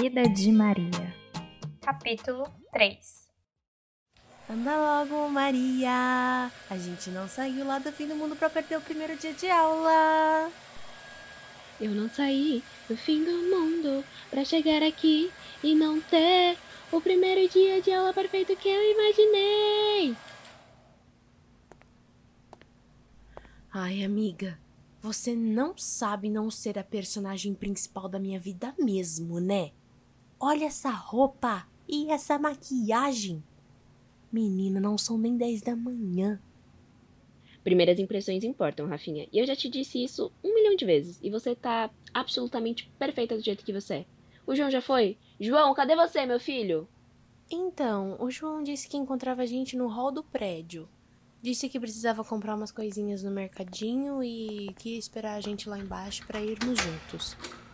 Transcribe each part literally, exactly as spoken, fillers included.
Vida de Maria. Capítulo três. Anda logo, Maria! A gente não saiu lá do fim do mundo pra perder o primeiro dia de aula! Eu não saí do fim do mundo pra chegar aqui e não ter o primeiro dia de aula perfeito que eu imaginei! Ai, amiga, você não sabe não ser a personagem principal da minha vida mesmo, né? Olha essa roupa e essa maquiagem! Menina, não são nem dez da manhã. Primeiras impressões importam, Rafinha. E eu já te disse isso um milhão de vezes. E você tá absolutamente perfeita do jeito que você é. O João já foi? João, cadê você, meu filho? Então, o João disse que encontrava a gente no hall do prédio. Disse que precisava comprar umas coisinhas no mercadinho e que ia esperar a gente lá embaixo pra irmos juntos.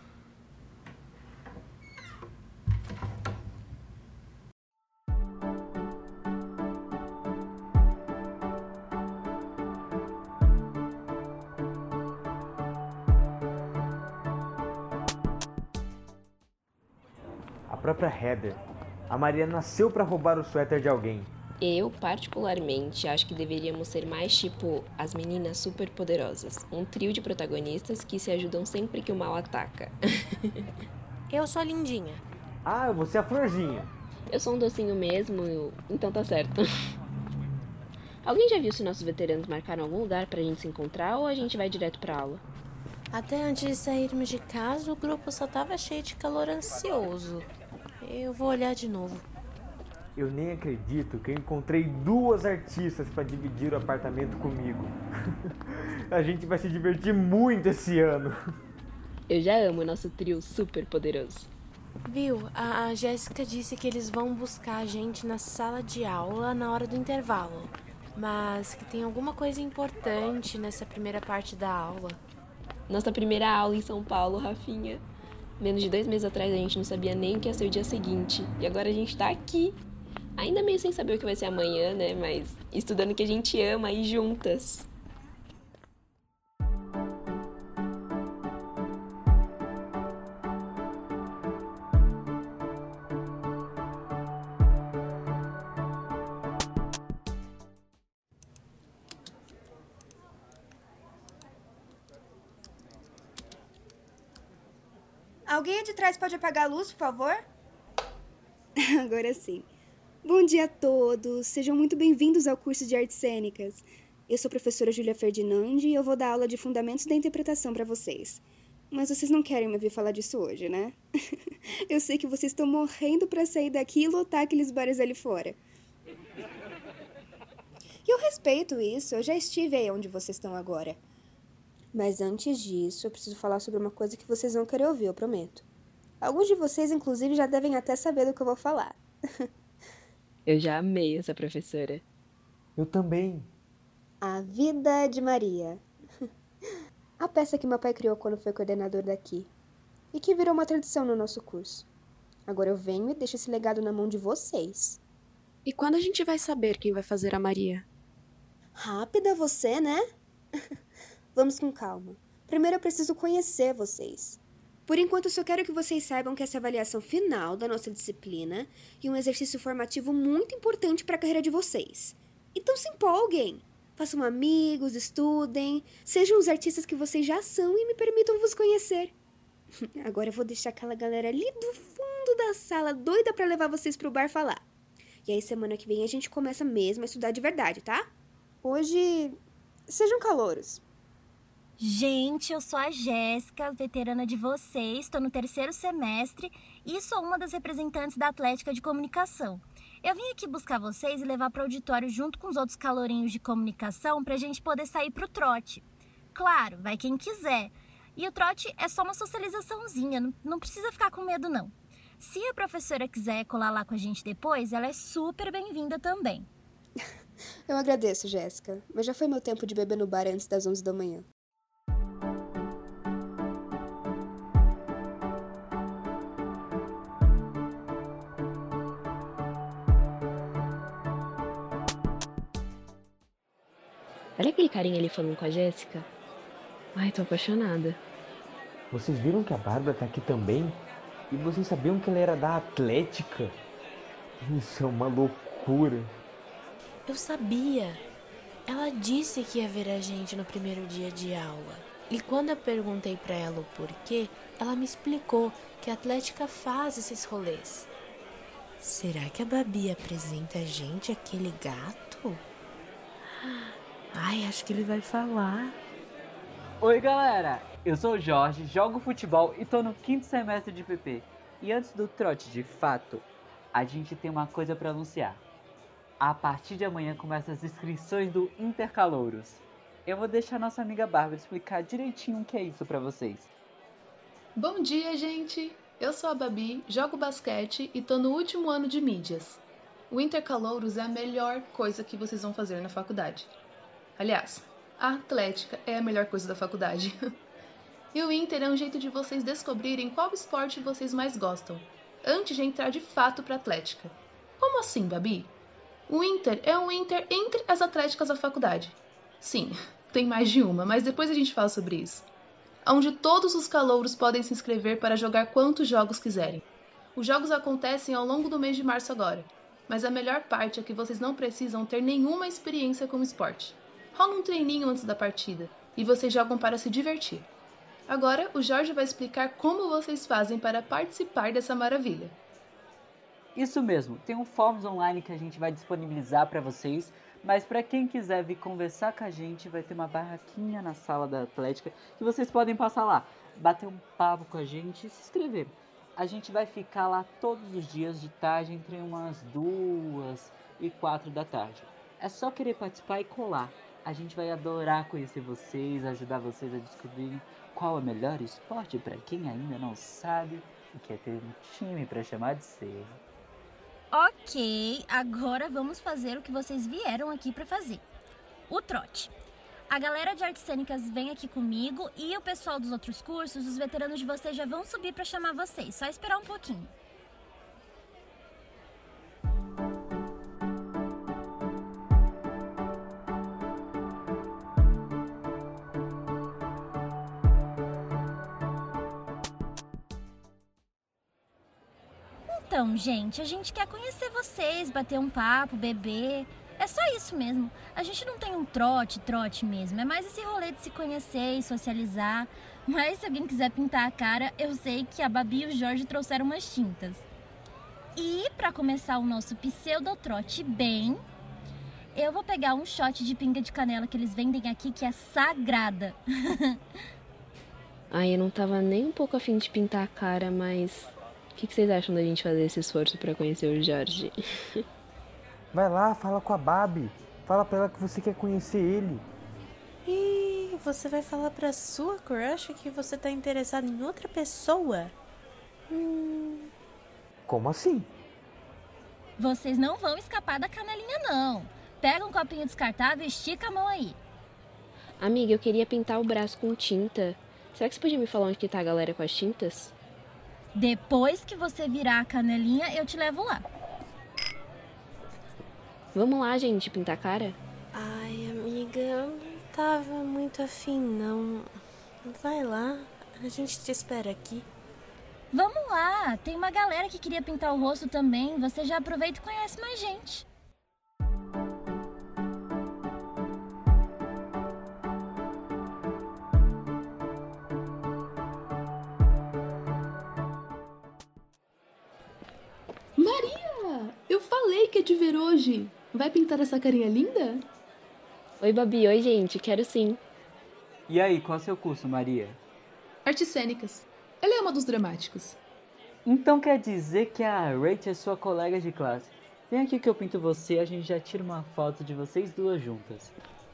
A própria Heather. A Maria nasceu pra roubar o suéter de alguém. Eu, particularmente, acho que deveríamos ser mais tipo as meninas super poderosas. Um trio de protagonistas que se ajudam sempre que o mal ataca. Eu sou a Lindinha. Ah, você é a Florzinha. Eu sou um docinho mesmo, eu... então tá certo. Alguém já viu se nossos veteranos marcaram algum lugar pra gente se encontrar ou a gente vai direto pra aula? Até antes de sairmos de casa, o grupo só tava cheio de calor ansioso. Eu vou olhar de novo. Eu nem acredito que eu encontrei duas artistas pra dividir o apartamento comigo. A gente vai se divertir muito esse ano. Eu já amo o nosso trio super poderoso. Viu, a, a Jéssica disse que eles vão buscar a gente na sala de aula na hora do intervalo. Mas que tem alguma coisa importante nessa primeira parte da aula. Nossa primeira aula em São Paulo, Rafinha. Menos de dois meses atrás a gente não sabia nem o que ia ser o dia seguinte. E agora a gente tá aqui. Ainda meio sem saber o que vai ser amanhã, né? Mas estudando o que a gente ama e juntas. Alguém aí de trás pode apagar a luz, por favor? Agora sim. Bom dia a todos, sejam muito bem-vindos ao curso de Artes Cênicas. Eu sou a professora Júlia Ferdinandi e eu vou dar aula de Fundamentos da Interpretação para vocês. Mas vocês não querem me ouvir falar disso hoje, né? Eu sei que vocês estão morrendo para sair daqui e lotar aqueles bares ali fora. E eu respeito isso, eu já estive aí onde vocês estão agora. Mas antes disso, eu preciso falar sobre uma coisa que vocês vão querer ouvir, eu prometo. Alguns de vocês, inclusive, já devem até saber do que eu vou falar. Eu já amei essa professora. Eu também. A Vida de Maria. A peça que meu pai criou quando foi coordenador daqui. E que virou uma tradição no nosso curso. Agora eu venho e deixo esse legado na mão de vocês. E quando a gente vai saber quem vai fazer a Maria? Rápida você, né? Vamos com calma. Primeiro eu preciso conhecer vocês. Por enquanto, eu só quero que vocês saibam que essa é a avaliação final da nossa disciplina e um exercício formativo muito importante para a carreira de vocês. Então se empolguem, façam amigos, estudem, sejam os artistas que vocês já são e me permitam vos conhecer. Agora eu vou deixar aquela galera ali do fundo da sala doida para levar vocês pro bar falar. E aí semana que vem a gente começa mesmo a estudar de verdade, tá? Hoje, sejam calouros. Gente, eu sou a Jéssica, veterana de vocês, estou no terceiro semestre e sou uma das representantes da Atlética de Comunicação. Eu vim aqui buscar vocês e levar para o auditório junto com os outros calourinhos de comunicação para a gente poder sair para o trote. Claro, vai quem quiser. E o trote é só uma socializaçãozinha, não, não precisa ficar com medo não. Se a professora quiser colar lá com a gente depois, ela é super bem-vinda também. Eu agradeço, Jéssica, mas já foi meu tempo de beber no bar antes das onze da manhã. Olha aquele carinha ali falando com a Jéssica. Ai, tô apaixonada. Vocês viram que a Bárbara tá aqui também? E vocês sabiam que ela era da Atlética? Isso é uma loucura. Eu sabia. Ela disse que ia ver a gente no primeiro dia de aula. E quando eu perguntei pra ela o porquê, ela me explicou que a Atlética faz esses rolês. Será que a Babi apresenta a gente aquele gato? Ai, acho que ele vai falar. Oi galera, eu sou o Jorge, jogo futebol e tô no quinto semestre de P P. E antes do trote de fato, a gente tem uma coisa pra anunciar. A partir de amanhã começam as inscrições do Intercalouros. Eu vou deixar nossa amiga Bárbara explicar direitinho o que é isso pra vocês. Bom dia, gente! Eu sou a Babi, jogo basquete e tô no último ano de mídias. O Intercalouros é a melhor coisa que vocês vão fazer na faculdade. Aliás, a Atlética é a melhor coisa da faculdade. E o Inter é um jeito de vocês descobrirem qual esporte vocês mais gostam, antes de entrar de fato pra Atlética. Como assim, Babi? O Inter é um Inter entre as atléticas da faculdade. Sim, tem mais de uma, mas depois a gente fala sobre isso. Onde todos os calouros podem se inscrever para jogar quantos jogos quiserem. Os jogos acontecem ao longo do mês de março agora, mas a melhor parte é que vocês não precisam ter nenhuma experiência com o esporte. Rola um treininho antes da partida, e vocês jogam para se divertir. Agora, o Jorge vai explicar como vocês fazem para participar dessa maravilha. Isso mesmo, tem um forms online que a gente vai disponibilizar para vocês, mas para quem quiser vir conversar com a gente, vai ter uma barraquinha na sala da Atlética que vocês podem passar lá, bater um papo com a gente e se inscrever. A gente vai ficar lá todos os dias de tarde, entre umas duas e quatro da tarde. É só querer participar e colar. A gente vai adorar conhecer vocês, ajudar vocês a descobrirem qual é o melhor esporte para quem ainda não sabe e quer ter um time para chamar de seu. Ok, agora vamos fazer o que vocês vieram aqui para fazer. O trote. A galera de artes cênicas vem aqui comigo e o pessoal dos outros cursos, os veteranos de vocês já vão subir para chamar vocês. Só esperar um pouquinho. Então, gente, a gente quer conhecer vocês, bater um papo, beber. É só isso mesmo. A gente não tem um trote, trote mesmo. É mais esse rolê de se conhecer e socializar. Mas se alguém quiser pintar a cara, eu sei que a Babi e o Jorge trouxeram umas tintas. E para começar o nosso pseudo-trote bem, eu vou pegar um shot de pinga de canela que eles vendem aqui, que é sagrada. Ai, eu não tava nem um pouco afim de pintar a cara, mas... O que, que vocês acham da gente fazer esse esforço pra conhecer o Jorge? Vai lá, fala com a Babi. Fala pra ela que você quer conhecer ele. E você vai falar pra sua crush que você tá interessado em outra pessoa? Hum... Como assim? Vocês não vão escapar da canelinha, não. Pega um copinho descartável e estica a mão aí. Amiga, eu queria pintar o braço com tinta. Será que você podia me falar onde que tá a galera com as tintas? Depois que você virar a canelinha, eu te levo lá. Vamos lá, gente, pintar a cara? Ai, amiga, eu não tava muito afim, não. Vai lá, a gente te espera aqui. Vamos lá, tem uma galera que queria pintar o rosto também. Você já aproveita e conhece mais gente. Maria! Eu falei que é de ver hoje. Vai pintar essa carinha linda? Oi, Babi. Oi, gente. Quero sim. E aí, qual é o seu curso, Maria? Artes cênicas. Ela é uma dos dramáticos. Então quer dizer que a Rachel é sua colega de classe. Vem aqui que eu pinto você e a gente já tira uma foto de vocês duas juntas.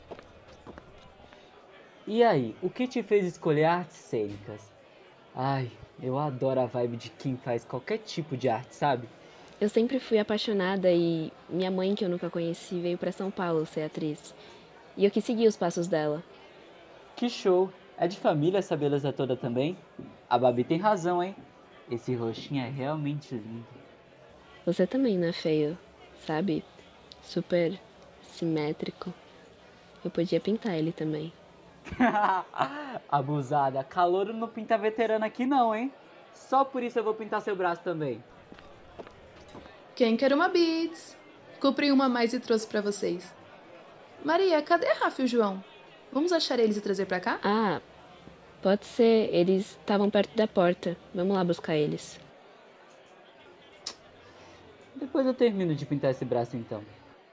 E aí, o que te fez escolher artes cênicas? Ai, eu adoro a vibe de quem faz qualquer tipo de arte, sabe? Eu sempre fui apaixonada e minha mãe, que eu nunca conheci, veio pra São Paulo ser atriz. E eu quis seguir os passos dela. Que show! É de família essa beleza toda também? A Babi tem razão, hein? Esse rostinho é realmente lindo. Você também não é feio, sabe? Super simétrico. Eu podia pintar ele também. Abusada, calouro não pinta veterano aqui não, hein? Só por isso eu vou pintar seu braço também. Quem quer uma Beats? Comprei uma a mais e trouxe pra vocês. Maria, cadê a Rafa e o João? Vamos achar eles e trazer pra cá? Ah, pode ser. Eles estavam perto da porta. Vamos lá buscar eles. Depois eu termino de pintar esse braço então.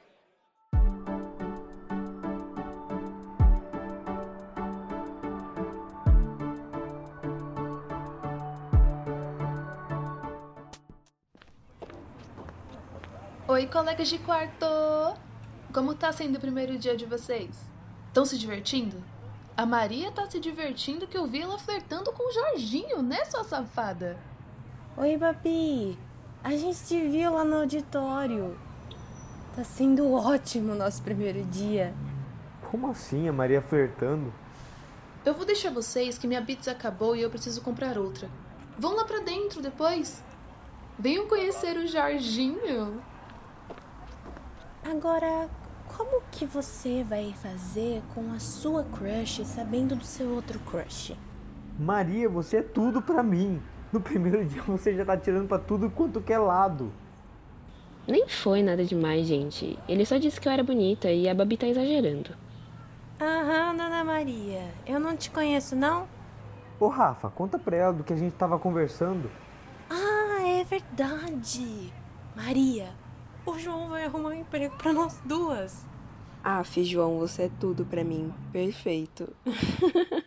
Oi, colegas de quarto! Como tá sendo o primeiro dia de vocês? Estão se divertindo? A Maria tá se divertindo que eu vi ela flertando com o Jorginho, né, sua safada? Oi, Babi. A gente te viu lá no auditório. Tá sendo ótimo o nosso primeiro dia. Como assim, a Maria flertando? Eu vou deixar vocês que minha Beats acabou e eu preciso comprar outra. Vão lá pra dentro depois. Venham conhecer o Jorginho. Agora, como que você vai fazer com a sua crush sabendo do seu outro crush? Maria, você é tudo pra mim. No primeiro dia você já tá tirando pra tudo quanto que é lado. Nem foi nada demais, gente. Ele só disse que eu era bonita e a Babi tá exagerando. Aham, Dona Maria. Eu não te conheço, não? Ô Rafa, conta pra ela do que a gente tava conversando. Ah, é verdade. Maria, o João vai arrumar um emprego pra nós duas. Aff, João, você é tudo pra mim. Perfeito.